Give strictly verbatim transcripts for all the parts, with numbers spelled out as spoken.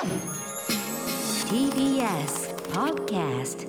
ティービーエス Podcast。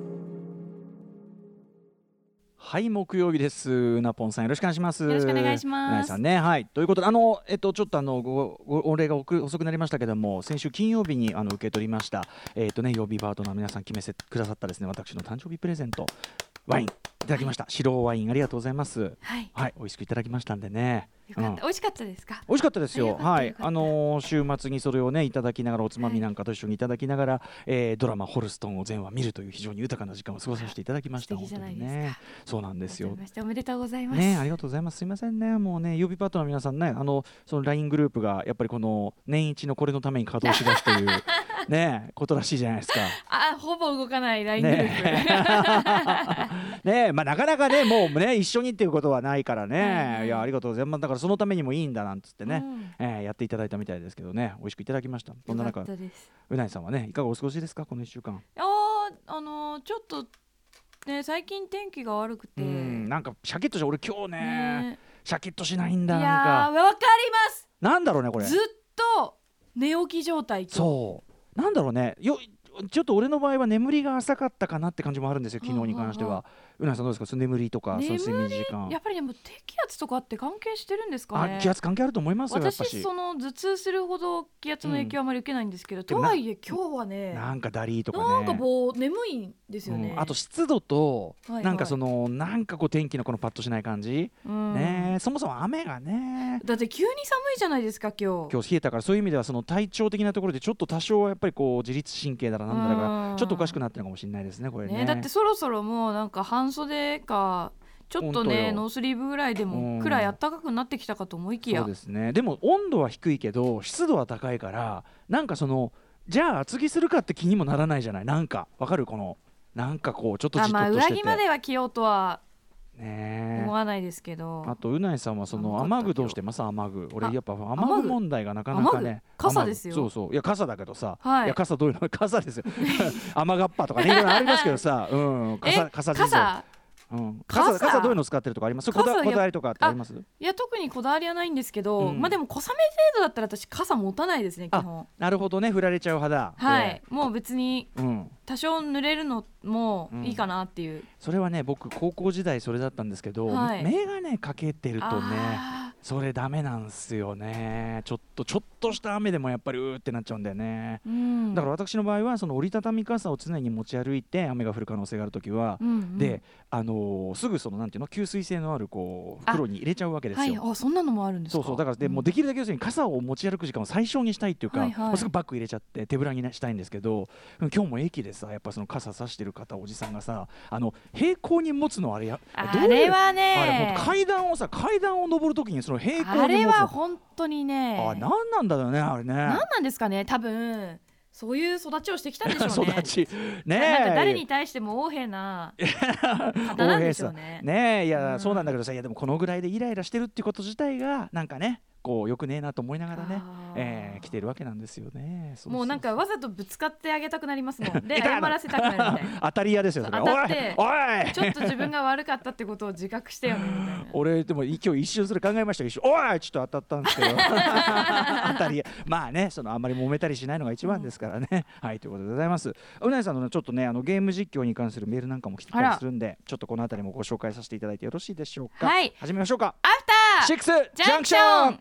はい、木曜日です。うなぽんさんよろしくお願いします。 よろしくお願いします。 うなさんね、はい、ということであのえっとちょっとあのごごお礼が遅くなりましたけども、先週金曜日にあの受け取りましたえっとね曜日パートナーの皆さん決めてくださったですね、私の誕生日プレゼントワインいただきました。白ワインありがとうございます。 はい、 はい、美味しくいただきましたんでね。 よかった、 うん、 美味しかったですか？ 美味しかったですよ。 よかったはい、 よかった。 あのー週末にそれをねいただきながらおつまみなんかと一緒にいただきながら、えードラマホルストンを全話見るという非常に豊かな時間を過ごさせていただきました。 素敵じゃないですか。 本当にね、そうなんですよ。 おめでとうございます。 ね、ありがとうございます。すいませんね、もうね曜日パートナーの皆さんね、あのその ライン グループがやっぱりこの年一のこれのために稼働しだすというねことらしいじゃないですか。 あ、ほぼ動かない ライン グループねね、まあなかなかねもうね一緒にっていうことはないからね、 はいはい、 いやありがとうございます。だからそのためにもいいんだなんつってね、 うん、 えー、やっていただいたみたいですけどね、美味しくいただきました。そんな中うないさんはねいかがお過ごしですか、このいっしゅうかん。 ああのー、ちょっとね最近天気が悪くて、 うん、なんかシャキッとして、俺今日ねねシャキッとしないんだ。 いなんかやーわかります。 なんだろうねこれ、 ずっと寝起き状態。 そうなんだろうね、よちょっと俺の場合は眠りが浅かったかなって感じもあるんですよ、昨日に関しては。うなさんどうですか、その眠りとかその睡眠時間。 やっぱりでも低気圧とかって関係してるんですかね。 あ、気圧関係あると思いますよ。やっぱし私その頭痛するほど気圧の影響はあまり受けないんですけど、うん、とはいえ今日はねなんかダリーとかね、 なんかもう眠いんですよね、 うん、あと湿度と、 はいはい、 なんかそのなんかこう天気のこのパッとしない感じ、うん、ね、そもそも雨がね、 だって急に寒いじゃないですか今日。 今日冷えたから、そういう意味ではその体調的なところでちょっと多少はやっぱりこう自律神経だらなんだらがちょっとおかしくなってるのかもしれないですねこれ ね, ね。だってそろそろもうなんか半袖かちょっとねノースリーブぐらいでもくらい暖かくなってきたかと思いきや、 そうですね。でも温度は低いけど湿度は高いから、なんかそのじゃあ厚着するかって気にもならないじゃない。なんかわかる、このなんかこうちょっとじっととしてて、 あ、まあ、上着までは着ようとはね思わないですけど。 あとうないさんはその雨具どうしてます？雨具。俺やっぱ雨具問題がなかなかね。 傘ですよ。 そうそう、いや傘だけどさ、 はい、 いや傘どういうの傘ですよ雨がっぱとかねいろいろありますけどさ、うん、傘傘事情。 傘うん、傘, 傘どういうの使ってるとかあります？こだこだわりとかってあります？ いや特にこだわりはないんですけど、うん、まあでも小雨程度だったら私傘持たないですね基本。 なるほどね、振られちゃう派だ。 はい、もう別に多少濡れるのもいいかなっていう、うん、 それはね僕高校時代それだったんですけど、はい、眼鏡かけてるとねそれダメなんすよね。ちょっとちょっとした雨でもやっぱりうーってなっちゃうんだよね、うん、だから私の場合はその折りたたみ傘を常に持ち歩いて雨が降る可能性があるときは、うんうん、で、あのー、すぐそのなんていうの吸水性のあるこう袋に入れちゃうわけですよ。 あ、はい、あ、そんなのもあるんですか。 そうそう、だからで、うん、もうできるだけ要するに傘を持ち歩く時間を最小にしたいっていうか、はいはい、もうすぐバッグ入れちゃって手ぶらにしたいんですけど、今日も駅でさやっぱその傘差してる方おじさんがさ、あの平行に持つのあれやあれはねあれ階段をさ階段を登るときにその平行に持つあれは本当にね、 あ、なんなんだろうねあれね。 なんなんですかね、多分そういう育ちをしてきたんでしょうね育ちねえ、 なんか誰に対しても横柄な方なんでしょうね。 ねえ、いや、うん、そうなんだけどさ、いやでもこのぐらいでイライラしてるってこと自体がなんかねこうよくねえなと思いながらね、えー、来てるわけなんですよね。そうそうそう、 もうなんかわざとぶつかってあげたくなりますもんで謝らせたくなるみたいな当たり屋ですよそれ。 当たっておいおいちょっと自分が悪かったってことを自覚してよねみたいな俺でも今日一瞬それ考えましたよ。一瞬おいちょっと当たったんですけど当たり屋、まあねそのあんまり揉めたりしないのが一番ですからね、うん、はいということでございます。うなえさんのちょっとねあのゲーム実況に関するメールなんかも来てたりするんで、ちょっとこのあたりもご紹介させていただいてよろしいでしょうか。 はい、 始めましょうか。 アフターシックスジャンクション。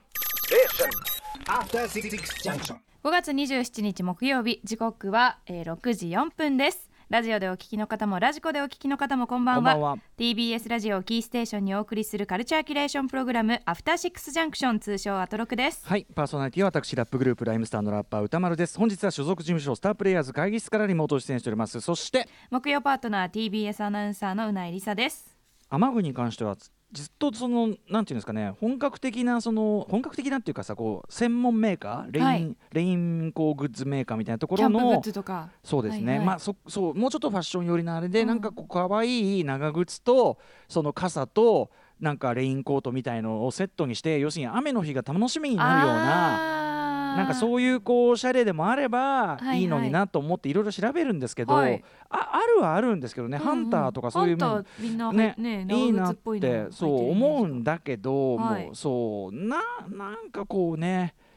ごがつにじゅうしちにち木曜日、時刻は、えー、ろくじよんぷんです。ラジオでお聞きの方もラジコでお聞きの方もこんばんは。 こんばんは。 ティービーエス ラジオキーステーションにお送りするカルチャーキュレーションプログラムアフターシックスジャンクション、通称アトロクです。 はい、パーソナリティは私ラップグループライムスターのラッパー歌丸です。本日は所属事務所スタープレイヤーズ会議室からリモート出演しております。そして木曜パートナー ティービーエス アナウンサーのうないりさです。 雨具に関してはずっとそのなんていうんですかね、本格的なその本格的なっていうかさ、こう専門メーカーレイン、はい、レインコーグッズメーカーみたいなところのキャンプグッズとか、 そうですね、はいはい、まあそそうもうちょっとファッション寄りのあれで、うん、なんかこう可愛い長靴とその傘となんかレインコートみたいのをセットにして、要するに雨の日が楽しみになるようななんかそういうこうおしゃれでもあればいいのになと思っていろいろ調べるんですけど、はいはい、あ, あるはあるんですけどね、うんうん、ハンターとかそういうの、 みんな、 ねね、 いいなってそう思うんだけど、はい、もうそう な, なんかこうね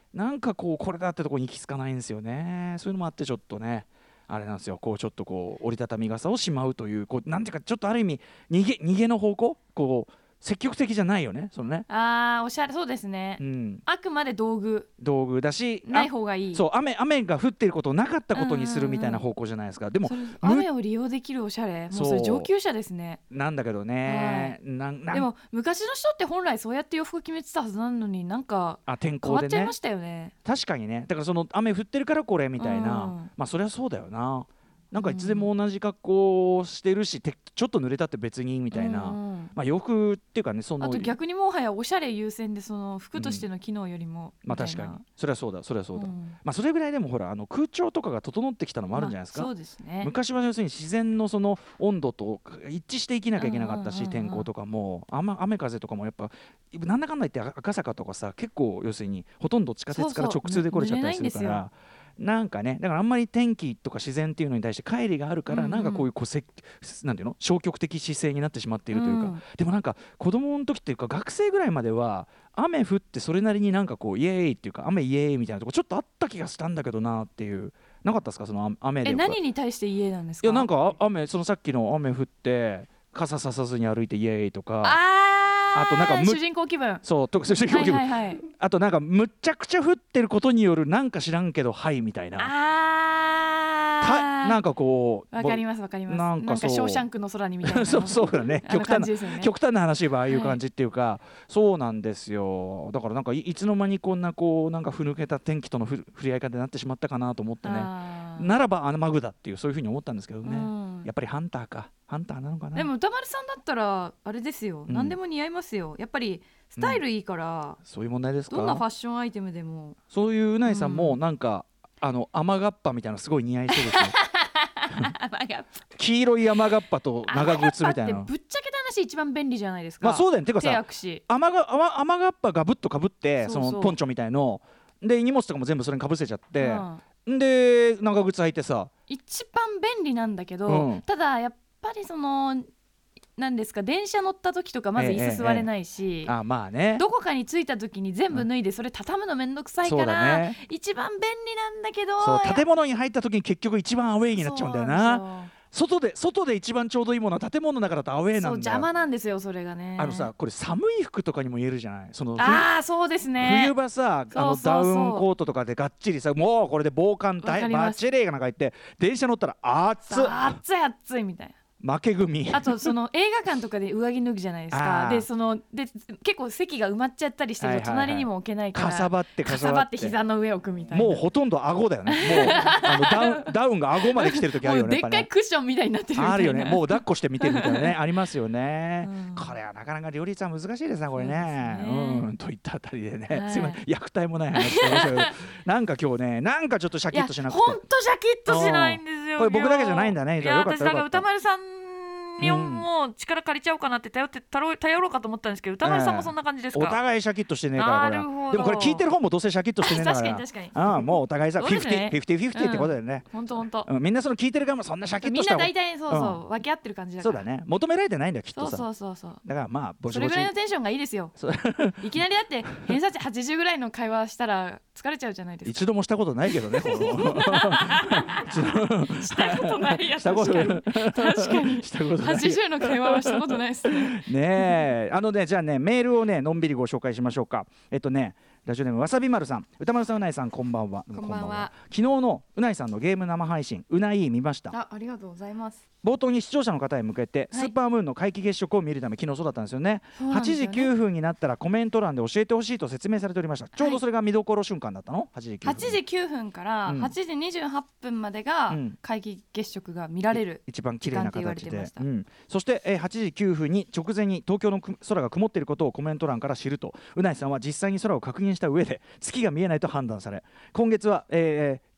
なんかこうこれだってところに行き着かないんですよね。そういうのもあってちょっとねあれなんですよ、こうちょっとこう折りたたみ傘をしまうという、こうなんていうかちょっとある意味逃げ逃げの方向、こう積極的じゃないよねそのね。 あーおしゃれ、そうですね、うん、あくまで道具道具だしない方がいい。 そう 雨, 雨が降っていることをなかったことにするみたいな方向じゃないですか、うんうんうん、でも雨を利用できるおしゃれ、もうそれ上級者ですね。 なんだけどね、 はい、 ななでも昔の人って本来そうやって洋服決めてたはずなのになんか変わっちゃいましたよね。 確かにね、だからその雨降ってるからこれみたいな、うん、まあそれはそうだよな。なんかいつでも同じ格好をしてるし、うん、ちょっと濡れたって別にみたいな、うん、まあ、洋服っていうかね、そのあと逆にもはやおしゃれ優先で、その服としての機能よりも、 うん、まあ確かにそれはそうだそれはそうだ、うん、まあそれぐらいでもほらあの空調とかが整ってきたのもあるんじゃないですか、 まあ、そうですね。 昔は要するに自然のその温度と一致して生きなきゃいけなかったし、うんうんうんうん、天候とかも 雨, 雨風とかもやっぱなんだかんだ言って赤坂とかさ結構要するにほとんど地下鉄から直通で来れちゃったりするから、そうそうなんかね、だからあんまり天気とか自然っていうのに対して乖離があるから、うんうん、なんかこういうこうなんていうの消極的姿勢になってしまっているというか、うん、でもなんか子供の時っていうか学生ぐらいまでは雨降ってそれなりになんかこうイエーイっていうか雨イエーイみたいなとこちょっとあった気がしたんだけどなっていう、なかったですかその雨で。 え何に対してイエーイなんですか。 いやなんか雨、そのさっきの雨降って傘ささずに歩いてイエーイとか、 ああとなんか主人公気分、 そうと主人公気分、はいはいはい、あとなんかむっちゃくちゃ降ってることによるなんか知らんけどはいみたいな、 あなんかこうわかりますわかります、なんかショーシャンクの空にみたいなそうそうだね、極端な、 ね、 極端な話はああいう感じっていうか、はい、そうなんですよ。だからなんか い, いつの間にこんなこうなんかふぬけた天気とのふ振り合い方になってしまったかなと思ってね、ならば雨具だっていうそういうふうに思ったんですけどね、うん、やっぱりハンターかハンターなのかな。 でも歌丸さんだったらあれですよ、うん、何でも似合いますよ。やっぱりスタイルいいから、うん、 そういう問題ですか。 どんなファッションアイテムでも。 そういううないさんもなんか、うん、あの雨がっぱみたいなのすごい似合いそうですね黄色い雨がっぱと長靴みたいな。 ぶっちゃけた話一番便利じゃゃないですか。 まあそうだよね。てかさ雨が、雨、雨がっぱがぶっとかぶってそのポンチョみたいので荷物とかも全部それにかぶせちゃって、うん、で長靴履いてさ一番便利なんだけど、うん、ただやっぱりそのなんですか、電車乗った時とかまず椅子座れないし、ええええ、 あまあね、 どこかに着いた時に全部脱いでそれ畳むのめんどくさいから、ね、一番便利なんだけど、 そう建物に入った時に結局一番アウェイになっちゃうんだよな。外で外で一番ちょうどいいものは建物の中だとアウェイなんだよ。そう邪魔なんですよそれがね。 あのさこれ寒い服とかにも言えるじゃない。そのあーそうですね、 冬場さあのダウンコートとかでがっちりさもうこれで防寒帯バッチリがなんか言って電車乗ったら熱っ熱い熱いみたいな。 負け組。 あとその映画館とかで上着脱ぐじゃないですか。でそので結構席が埋まっちゃったりして、はいはいはい、隣にも置けないからかさばってかさばって膝の上置くみたいな。 もうほとんど顎だよね。もうあのダウンダウンが顎まで来てる時あるよね。 もうでっかいクッションみたいになってるみたいな。 あるよね。もう抱っこして見てるみたいなねありますよね、うん、これはなかなか両立は難しいですねこれ ね, ねうんといったあたりでね、はい、すいません役体もない話してましたけどなんか今日ねなんかちょっとシャキッとしなくて。 ほんとシャキッとしないんですよ。 これ僕だけじゃないんだね。 いや私だから歌丸さんにも力借りちゃおうかなって頼って頼ろうかと思ったんですけど、歌丸さんもそんな感じですか。 お互いシャキッとしてねえからこれ。でもこれ聞いてる方もどうせシャキッとしてねえから。 確かに確かに。 ああもうお互いさフィフティフィフティフィフティってことだよね。 本当本当。 みんなその聞いてる側もそんなシャキッとした。 みんな大体そうそう分け合ってる感じだから。 そうだね。求められてないんだよきっとさ。 そうそうそうそう。 だからまあぼちぼち。 それぐらいのテンションがいいですよ。いきなりだって偏差値はちじゅうぐらいの会話したら疲れちゃうじゃないですか。 一度もしたことないけどね。 したことないやつ。確かに確かに。はちじゅうの会話はしたことないですね。 ねえあのねじゃあねメールをねのんびりご紹介しましょうか。えっとねラジオネームわさび丸さん、歌丸さんうないさんこんばんは。 こんばんは。 昨日のうないさんのゲーム生配信うない見ました。 あ、ありがとうございます。 冒頭に視聴者の方へ向けて、はい、スーパームーンの皆既月食を見るため昨日そうだったんですよね。はちじきゅうふんになったらコメント欄で教えてほしいと説明されておりました、はい、ちょうどそれが見どころ瞬間だったの。はちじきゅうふんはちじきゅうふんからはちじにじゅうはっぷんまでが皆既月食が見られる、うん、一番綺麗な形で、うん、そして、えー、はちじきゅうふんに直前に東京の空が曇っていることをコメント欄から知ると、うないさんは実際に空を確認した上で月が見えないと判断され、今月は、えー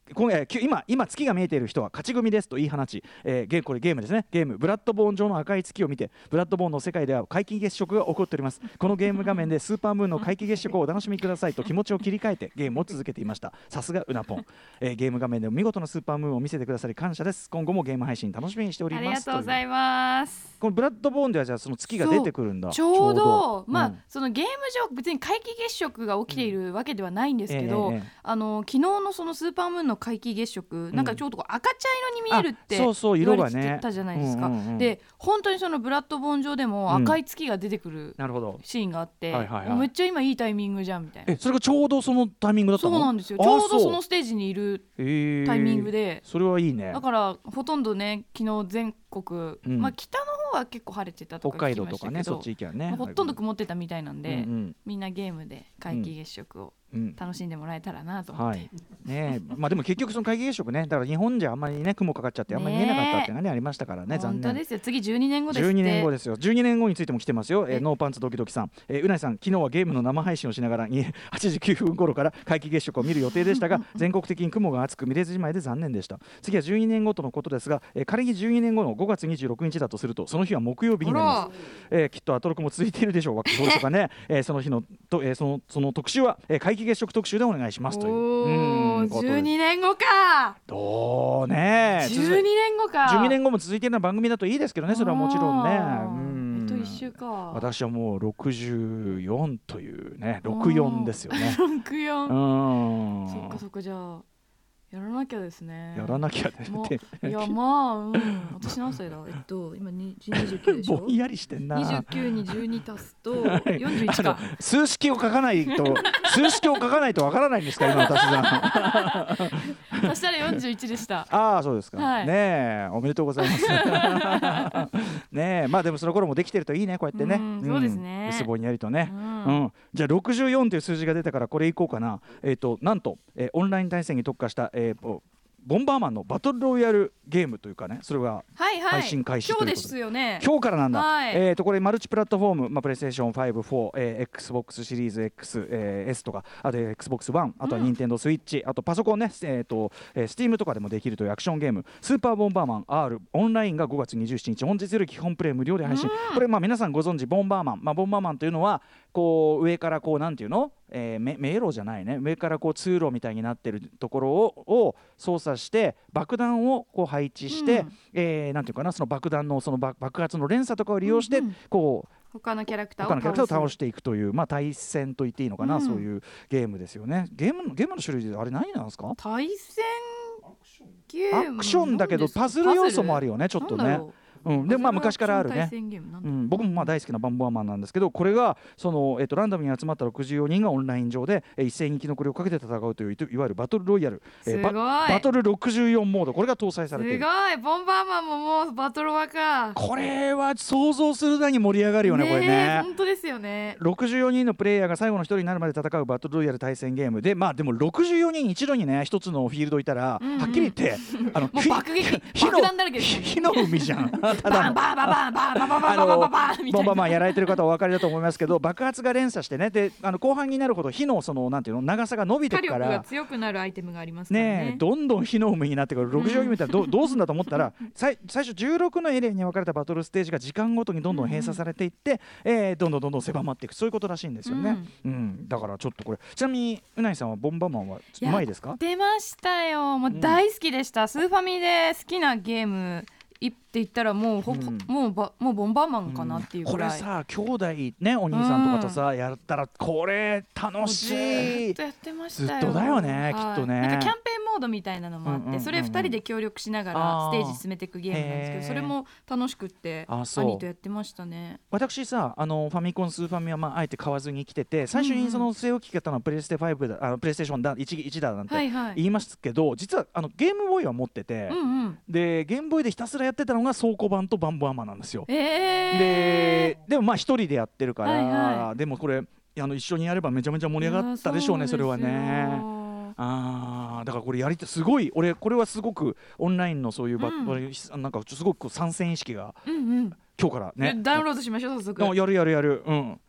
今えー今今月が見えている人は勝ち組ですと言い放ち、えー、ゲこれゲームですね。ゲームブラッドボーン上の赤い月を見て、ブラッドボーンの世界では皆既月食が起こっております。このゲーム画面でスーパームーンの皆既月食をお楽しみくださいと気持ちを切り替えてゲームを続けていました。さすがうなぽん、えー、ゲーム画面で見事なスーパームーンを見せてくださり感謝です。今後もゲーム配信楽しみにしております。 ありがとうございます。 このブラッドボーンではじゃあその月が出てくるんだ。 ちょうどまあ、 うん、 そのゲーム上別に皆既月食が起きているわけではないんですけど、 うんええええ、 あの昨日のそのスーパームーンの皆既月食、うん、なんかちょっと赤茶色に見えるってそうそう言わ色がねれてたじゃないですか、 うんうんうん、 で本当にそのブラッドボーン上でも赤い月が出てくる、うん、なるほどシーンがあって、はいはいはい、めっちゃ今いいタイミングじゃんみたいな。 えそれがちょうどそのタイミングだったの？ そうなんですよ。ちょうどそのステージにいるタイミングで、 えー、それはいいね。 だからほとんどね昨日全国、うん、まあ、北の方は結構晴れてたとか聞きましたけど、北海道とかねそっち行きゃね、まあ、ほとんど曇ってたみたいなんで、うんうん、みんなゲームで皆既月食を楽しんでもらえたらなと思って、うんはいねまあ、でも結局その皆既月食ね、だから日本じゃあんまりね雲かかっちゃってあんまり見えなかったっていうのが、ね、ありましたからね。残念。 本当ですよ。次じゅうにねんごですって。 じゅうにねんごですよ。じゅうにねんごについても来てますよ。えー、ノーパンツドキドキさん、えー、うないさん、昨日はゲームの生配信をしながらはちじきゅうふん頃から皆既月食を見る予定でしたが全国的に雲が厚く見れずじまいで残念でした。次はじゅうにねんごとのことですが、えー、仮にじゅうにねんごのごがつにじゅうろくにちだとするとその日は木曜日になります。えー、きっとアトロクも続いているでしょう。どうでしょうかね。えー、その日のと、えー、そのその特集は、えー、皆既月食特集でお願いしますという。 おーじゅうにねんごか。 どうね。 じゅうにねんごか。 じゅうにねんごも続いている番組だといいですけどね。それはもちろんね。 うんあといっしゅうか。 私はもうろくじゅうよんというね、ろくじゅうよんですよね。 ろくじゅうよん。 うん。 そっかそっか。じゃあやらなきゃですね。 やらなきゃですね。 いやまあ、うん、私何歳だ。えっと今にじゅうきゅうでしょ。 ぼんやりしてんな。 にじゅうきゅうにじゅうに足すとよんじゅういちか。 数式を書かないと数式を書かないとわからないんですか今私は。 そしたらよんじゅういちでした。 ああそうですか。 はい、 ねえおめでとうございます。ねえまあでもその頃もできてるといいねこうやってね。 うん、そうですね。 薄ぼんやりとね。 うん。 うん、じゃあろくじゅうよんという数字が出たからこれいこうかな。えっとなんと、えー、オンライン対戦に特化した、えー、ボンバーマンのバトルロイヤルゲームというかね、それが配信開始ということで、 はいはい、今日ですよね。 今日からなんだ、 はい、 えー、とこれマルチプラットフォーム、まあ、プレイステーションファイブ、フォー、えー、Xbox シリーズ X、えー、S とかあと エックスボックスワン、あとは Nintendo Switch、うん、あとパソコンね、えーとえー、Steam とかでもできるというアクションゲームスーパーボンバーマン R オンラインがごがつにじゅうしちにち本日より基本プレイ無料で配信、うん、これまあ皆さんご存知ボンバーマン、まあ、ボンバーマンというのはこう上からこうなんていうのえー、迷路じゃないね、上からこう通路みたいになってるところをを操作して爆弾をこう配置して、うん、えー、なんていうかな、その爆弾のその爆発の連鎖とかを利用して、うんうん、こう他のキャラクターを他のキャラクターを倒していくという、まあ、対戦と言っていいのかな、うん、そういうゲームですよね。ゲームのゲームの種類であれ何なんですか？ 対戦ゲームアクションだけどパズル要素もあるよねちょっとね。うん、でまあ昔からあるね、うん、僕もまあ大好きなバンボアマンなんですけど、これがその、えっと、ランダムに集まったろくじゅうよにんがオンライン上で、えー、一斉に生き残りをかけて戦うといういわゆるバトルロイヤル、 えー、バ, バトルろくじゅうよんモード、これが搭載されている。 すごい、ボンバーマンももうバトルワか。 これは想像するだに盛り上がるよね、 ね、 これね。 本当ですよね。 ろくじゅうよにんのプレイヤーが最後の一人になるまで戦うバトルロイヤル対戦ゲームで、まあでもろくじゅうよにん一度にね一つのフィールドいたら、うんうん、はっきり言ってあのもう爆撃爆弾だらけです、ね、 火の海じゃん。ただバンバンバンバンバンバンバンバンバンバンバンボンバーマンやられてる方はお分かりだと思いますけど、爆発が連鎖してね、であの後半になるほど火のそのなんていうの長さが伸びてくから火力が強くなるアイテムがありますから ね, ねどんどん火の海になってくる。ろくじゅうよにんみたいな ど, どうするんだと思ったら最, 最初じゅうろくのエリアに分かれたバトルステージが時間ごとにどんどん閉鎖されていって、うんえー、どんどんどんどん狭まっていく、そういうことらしいんですよね、うんうん、だからちょっとこれちなみにうないさんはボンバーマンはうまいですか？ 出ましたよ、もう大好きでした、うん、スーファミで好きなゲームって言ったらもうほ、うん、もうばもうボンバーマンかなっていうぐらい、 うん、これさ兄弟ねお兄さんとかとさ、うん、やったらこれ楽しい。 ずっとやってましたよ。 ずっとだよね、きっとね。 なんかキャンペーンモードみたいなのもあって、うんうんうんうん、それふたりで協力しながらステージ進めていくゲームなんですけど、それも楽しくって兄とやってましたね。 私さあのファミコンスーファミは、まあ、あえて買わずに来てて、最初にその据え置き方のプレイステファイブだ、あのプレイステーションだ 1, 1だなんて言いますけど、はいはい、実はあのゲームボーイは持ってて、うんうん、でゲームボーイでひたすらやってたのが倉庫版とバンボアマンなんですよ、 えー、 で, でもまあ一人でやってるから、はいはい、でもこれあの一緒にやればめちゃめちゃ盛り上がったでしょうね。 そ, それはね。あだからこれやりたすごい俺これはすごくオンラインのそういうバ、うん、なんかすごく参戦意識が、うんうん、今日からねダウンロードしましょう早速。 やるやるやる、うん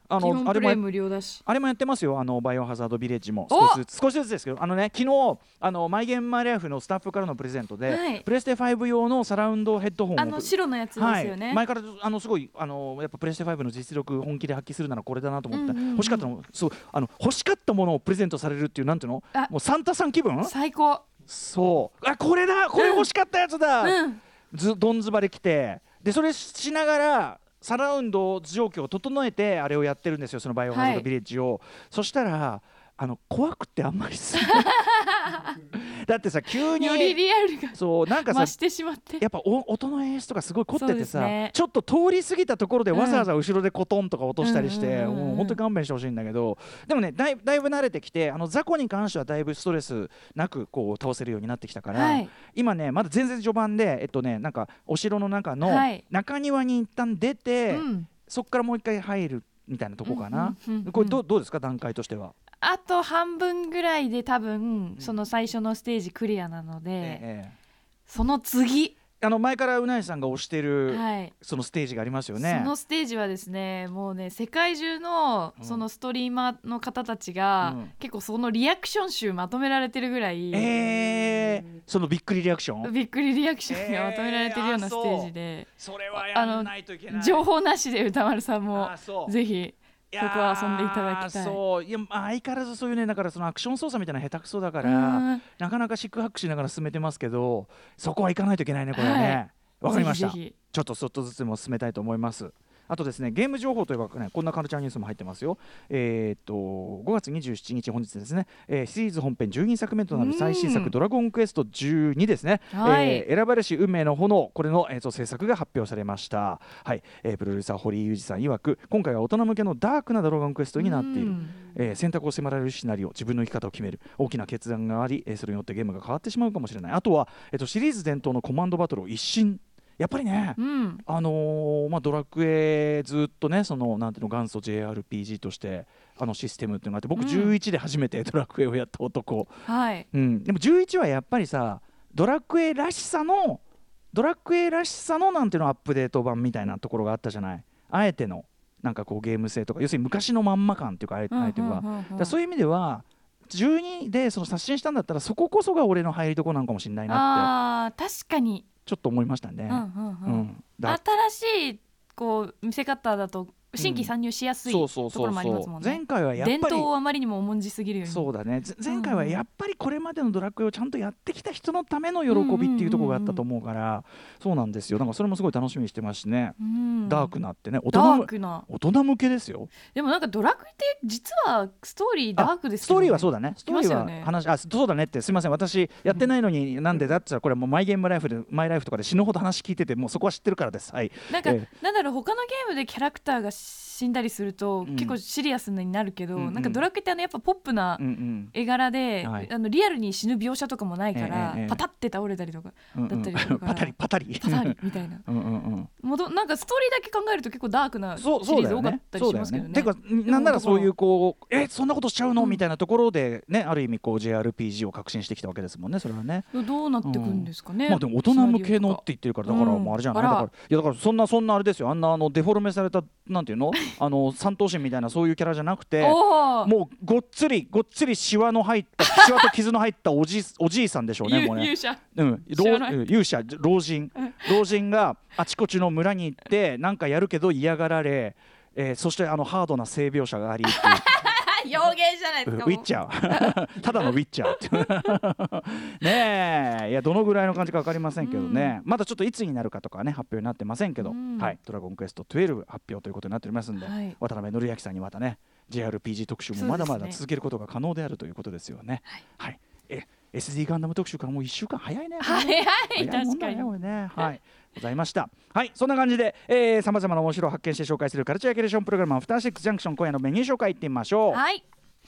あの基本プレイ無料だし、 あれもやってますよ。あのバイオハザードビレッジも少しずつ少しずつですけど、あのね昨日あのマイゲームマイライフのスタッフからのプレゼントで、はい、プレステファイブ用のサラウンドヘッドホンを、 あの白のやつですよね、 はい、前からあのすごいあのやっぱプレステファイブの実力本気で発揮するならこれだなと思って、うんうんうん、欲しかったのそうあの欲しかったものをプレゼントされるっていうなんていうのもうサンタさん気分最高。 そうあこれだこれ欲しかったやつだ、うん、ずどんずばで来てでそれしながらサラウンド状況を整えてあれをやってるんですよ、そのバイオハザードビレッジを、はい、そしたらあの怖くてあんまりすだってさ急によりリアルがそうなんかさ増してしまってやっぱお音の演出とかすごい凝っててさ、 ね、 ちょっと通り過ぎたところでわざわざ後ろでコトンとか落としたりして、うんうんうんうん、もう本当に勘弁してほしいんだけど、でもねだい、だいぶ慣れてきてあの雑魚に関してはだいぶストレスなくこう倒せるようになってきたから、はい、今ねまだ全然序盤でえっとねなんかお城の中の中庭に一旦出て、はい、そこからもう一回入るみたいなとこかな、うんうんうんうん、これ ど, どうですか段階としては。 あと半分ぐらいで多分その最初のステージクリアなので、ええ、その次あの前からうなえさんが推してる、はい、そのステージがありますよね。 そのステージはですねもうね世界中のそのストリーマーの方たちが、うん、結構そのリアクション集まとめられてるぐらい、 えー、そのびっくりリアクションびっくりリアクションがまとめられてるようなステージで、えー、そ, それはやらないといけない。 情報なしで歌丸さんもぜひそこは遊んでいただきたい。 そういや相変わらずそういうねだからそのアクション操作みたいな下手くそだなかなか四苦八苦しながら進めてますけど、そこは行かないといけないねこれはね。わ、はい、かりました。ぜひぜひちょっとちょっとずつも進めたいと思います。あとですねゲーム情報といえば、ね、こんなカルチャーニュースも入ってますよ。えー、っとごがつにじゅうしちにち本日ですね、えー、シリーズ本編じゅうにさくめとなる最新作ドラゴンクエストじゅうにですね、はいえー、選ばれし運命の炎これの、えー、と制作が発表されました。はい、えー、プロデューサー堀井裕二さん曰く今回は大人向けのダークなドラゴンクエストになっている、えー、選択を迫られるシナリオ自分の生き方を決める大きな決断があり、えー、それによってゲームが変わってしまうかもしれない。あとは、えー、とシリーズ伝統のコマンドバトルを一新やっぱりね、うん、あのーまあ、ドラクエずっとねそのなんていうの元祖 ジェイアールピージー としてあのシステムっていうのがあって僕じゅういちで初めてドラクエをやった男、 うんはいうん、でもじゅういちはやっぱりさドラクエらしさのドラクエらしさのなんていうのアップデート版みたいなところがあったじゃない。あえてのなんかこうゲーム性とか要するに昔のまんま感っていうかあえては、うんうんうんうん、だそういう意味ではじゅうにでその刷新したんだったらそここそが俺の入りどころなのかもしれないなってあ確かにちょっと思いましたね、 うんうんうんうん、新しいこう見せ方だと新規参入しやすいところもありますもんね。 前回はやっぱり伝統をあまりにも重んじすぎるようにそうだね前回はやっぱりこれまでのドラクエをちゃんとやってきた人のための喜びっていうところがあったと思うから、うんうんうんうん、そうなんですよ。なんかそれもすごい楽しみにしてますしね、うん、ダークなってね大人ダークな大人向けですよ。 でもなんかドラクエって実はストーリーダークですけど、ね、ストーリーはそうだねストーリーは話あそうだねってすいません私やってないのになんでだって言ったらこれもうマイゲームライフでマイライフとかで死ぬほど話聞いててもうそこは知ってるからです。はい、 なんか、えー、なんだろう他のゲームでキャラクターが死んだりすると、うん、結構シリアスになるけど、うんうん、なんかドラクエってあのやっぱポップな絵柄で、うんうん、あのリアルに死ぬ描写とかもないから、えーえー、パタって倒れたりとかだったりとか、うんうん、 パタリパタリパタリみたいなうんうん、うん、もどなんかストーリーだけ考えると結構ダークなシリーズ多かったりしますけどね。 てかなんならそういうこうえそんなことしちゃうの、うん、みたいなところでねある意味こう ジェイアールピージー を革新してきたわけですもんねそれはね。 どうなってくんですかね、 うんまあ、でも大人向けのって言ってるからだからもうあれじゃない、うん、だからいやだからそんなそんなあれですよあんなあのデフォルメされたなんていうのあの三頭身みたいなそういうキャラじゃなくてもうごっつりごっつりシワの入ったシワと傷の入ったおじおじいさんでしょうねもうね勇者、 うん、勇者老人老人があちこちの村に行ってなんかやるけど嫌がられ、えー、そしてあのハードな性描写がありっていう表現じゃないですかウィッチャーただのウィッチャーねえいやどのぐらいの感じか分かりませんけどね、うん、まだちょっといつになるかとかね発表になってませんけど、うんはい、ドラゴンクエストじゅうに発表ということになっておりますんで、はい、渡辺則明さんにまたね ジェイアールピージー 特集もまだまだ続けることが可能であるということですよね。はい、はい、え エスディー ガンダム特集からもういっしゅうかん早いね。 早い早い確かにね、はいございました。はいそんな感じでさまざまな面白を発見して紹介するカルチャーキュレーションプログラムアフターシックスジャンクション今夜のメニュー紹介いってみましょう。 はい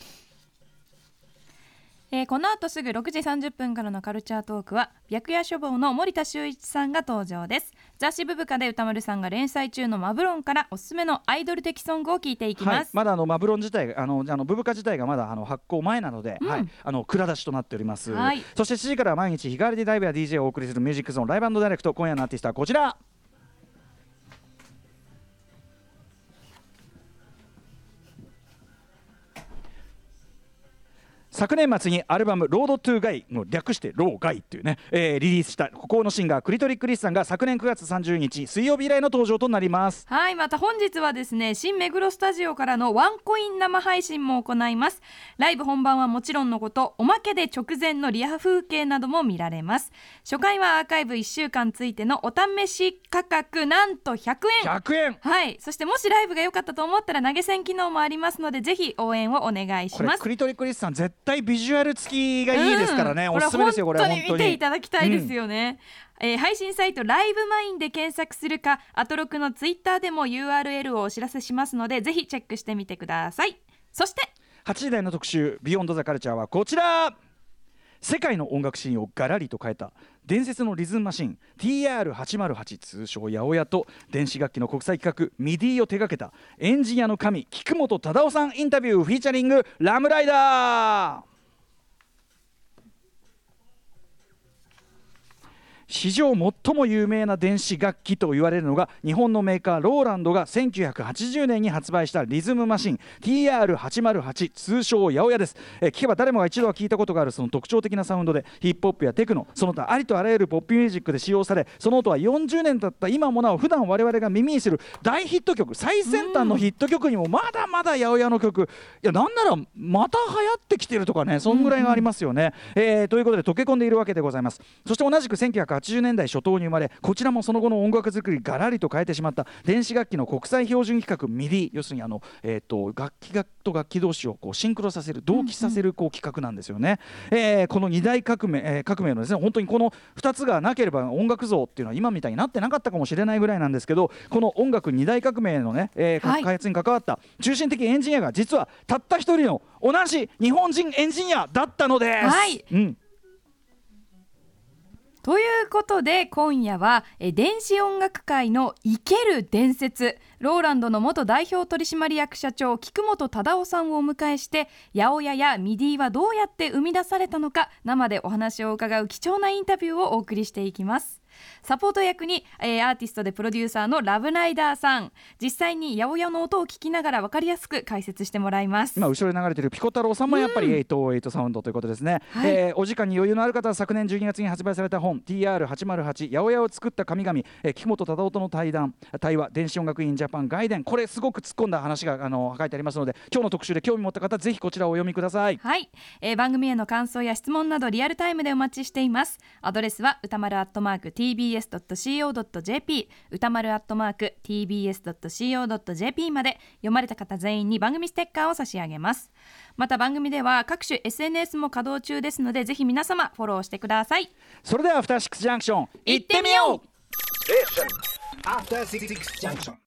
えー、この後すぐろくじさんじゅっぷんからのカルチャートークは白夜書房の森田修一さんが登場です。雑誌ブブカで歌丸さんが連載中のマブロンからおすすめのアイドル的ソングを聞いていきます、はい、 まだあのマブロン自体あのあのブブカ自体がまだあの発行前なので、うんはい、あの蔵出しとなっております、はい、そしてしちじからは毎日日替わりでライブや ディージェー をお送りするミュージックゾーンライブ&ダイレクト。今夜のアーティストはこちら昨年末にアルバムロードトゥーガイの略してローガイっていうね、えー、リリースした孤高のシンガークリトリックリスさんが昨年くがつさんじゅうにち水曜日以来の登場となります。 はい、また本日はですね新目黒スタジオからのワンコイン生配信も行います。ライブ本番はもちろんのことおまけで直前のリハ風景なども見られます。初回はアーカイブいっしゅうかんついてのお試し価格なんとひゃくえん。 ひゃくえん、 はい、そしてもしライブが良かったと思ったら投げ銭機能もありますのでぜひ応援をお願いします。 これクリトリックリスさん絶対ビジュアル付きがいいですからね、うん、おすすめですよ。これ本当に見ていただきたいですよね、うんえー、配信サイトライブマインで検索するかアトロクのツイッターでも ユーアールエル をお知らせしますのでぜひチェックしてみてください。そしてはちじ台の特集ビヨンドザカルチャーはこちら。世界の音楽シーンをガラリと変えた伝説のリズムマシン ティーアールはちまるはち 通称八百屋と電子楽器の国際企画 ミディ を手掛けたエンジニアの神菊本忠夫さんインタビューフィーチャリングラムライダー。史上最も有名な電子楽器と言われるのが日本のメーカーローランドがせんきゅうひゃくはちじゅうねんに発売したリズムマシン ティーアールはちまるはち 通称八百屋です。えー、聞けば誰もが一度は聞いたことがあるその特徴的なサウンドでヒップホップやテクノその他ありとあらゆるポップミュージックで使用されその音はよんじゅうねん経った今もなお普段我々が耳にする大ヒット曲最先端のヒット曲にもまだまだ八百屋の曲いやなんならまた流行ってきてるとかねそんぐらいがありますよね、えー、ということで溶け込んでいるわけでございます。そして同じくせんきゅうひゃくはちじゅうねんだい初頭に生まれこちらもその後の音楽作りガラリと変えてしまった電子楽器の国際標準規格 ミディ 要するにあの、えー、と楽器楽と楽器同士をこうシンクロさせる同期させるこう規格なんですよね、うんうんえー、このに大革命、えー、革命のですね本当にこのふたつがなければ音楽像っていうのは今みたいになってなかったかもしれないぐらいなんですけどこの音楽に大革命のね、えーはい、開発に関わった中心的エンジニアが実はたった一人の同じ日本人エンジニアだったのです、 はいうんということで今夜はえ電子音楽界の生ける伝説ローランドの元代表取締役社長菊本忠夫さんをお迎えして八百屋やミディはどうやって生み出されたのか生でお話を伺う貴重なインタビューをお送りしていきます。サポート役に、えー、アーティストでプロデューサーのラブライダーさん実際に八百屋の音を聞きながら分かりやすく解説してもらいます。 今後ろに流れているピコ太郎さんもやっぱりはちじゅうはちサウンドということですね、はいえー、お時間に余裕のある方は昨年じゅうにがつに発売された本 ティーアールはちまるはち 八百屋を作った神々、えー、菊本忠夫との対談対話電子音楽インジャパン外伝これすごく突っ込んだ話があの書いてありますので今日の特集で興味持った方ぜひこちらをお読みください。 はい、えー、番組への感想や質問などリアルタイムでお待ちしています。アドレスは歌丸アットマーク ティービーエスドットシーオードットジェーピー 歌丸アットマーク ティービーエスドットシーオードットジェーピー まで読まれた方全員に番組ステッカーを差し上げます。また番組では各種 エスエヌエス も稼働中ですのでぜひ皆様フォローしてください。 それではアフターシックスジャンクション行ってみよう。 アフターシックスジャンクション